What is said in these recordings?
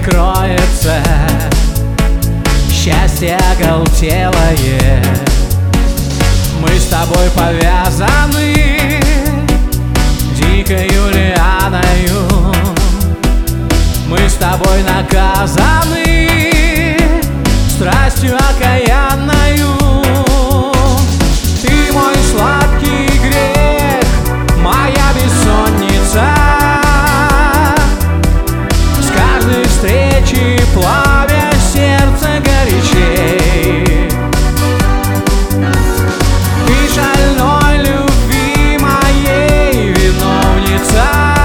кроется счастье оголтелое. Мы с тобой повязаны дикою лианою, мы с тобой наказаны страстью окаянною. Ты мой сладкий грех, моя бессонница, с каждой встречи пламя сердца горячей. Ты шальной любви моей виновница,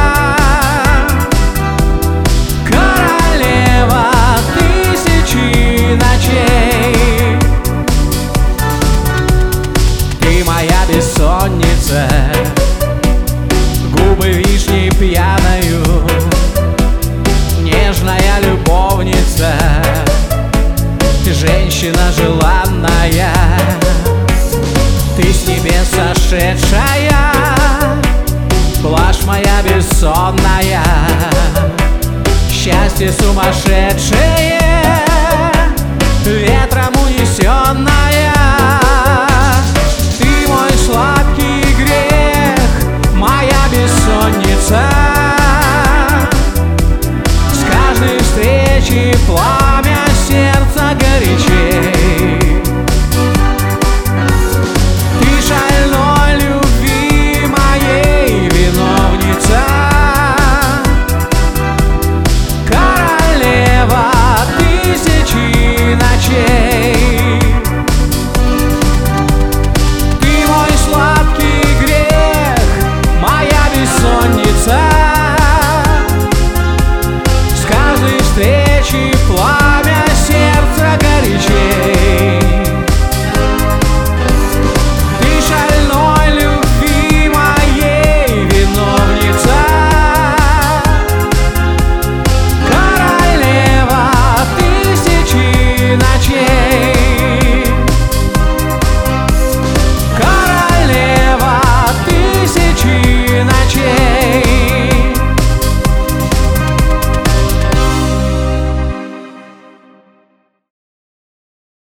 королева тысячи ночей. Ты моя бессонница, губы вишни пьяною, нежная любовница, женщина желанная. Ты с небес сошедшая, блажь моя бессонная, счастье сумасшедшее.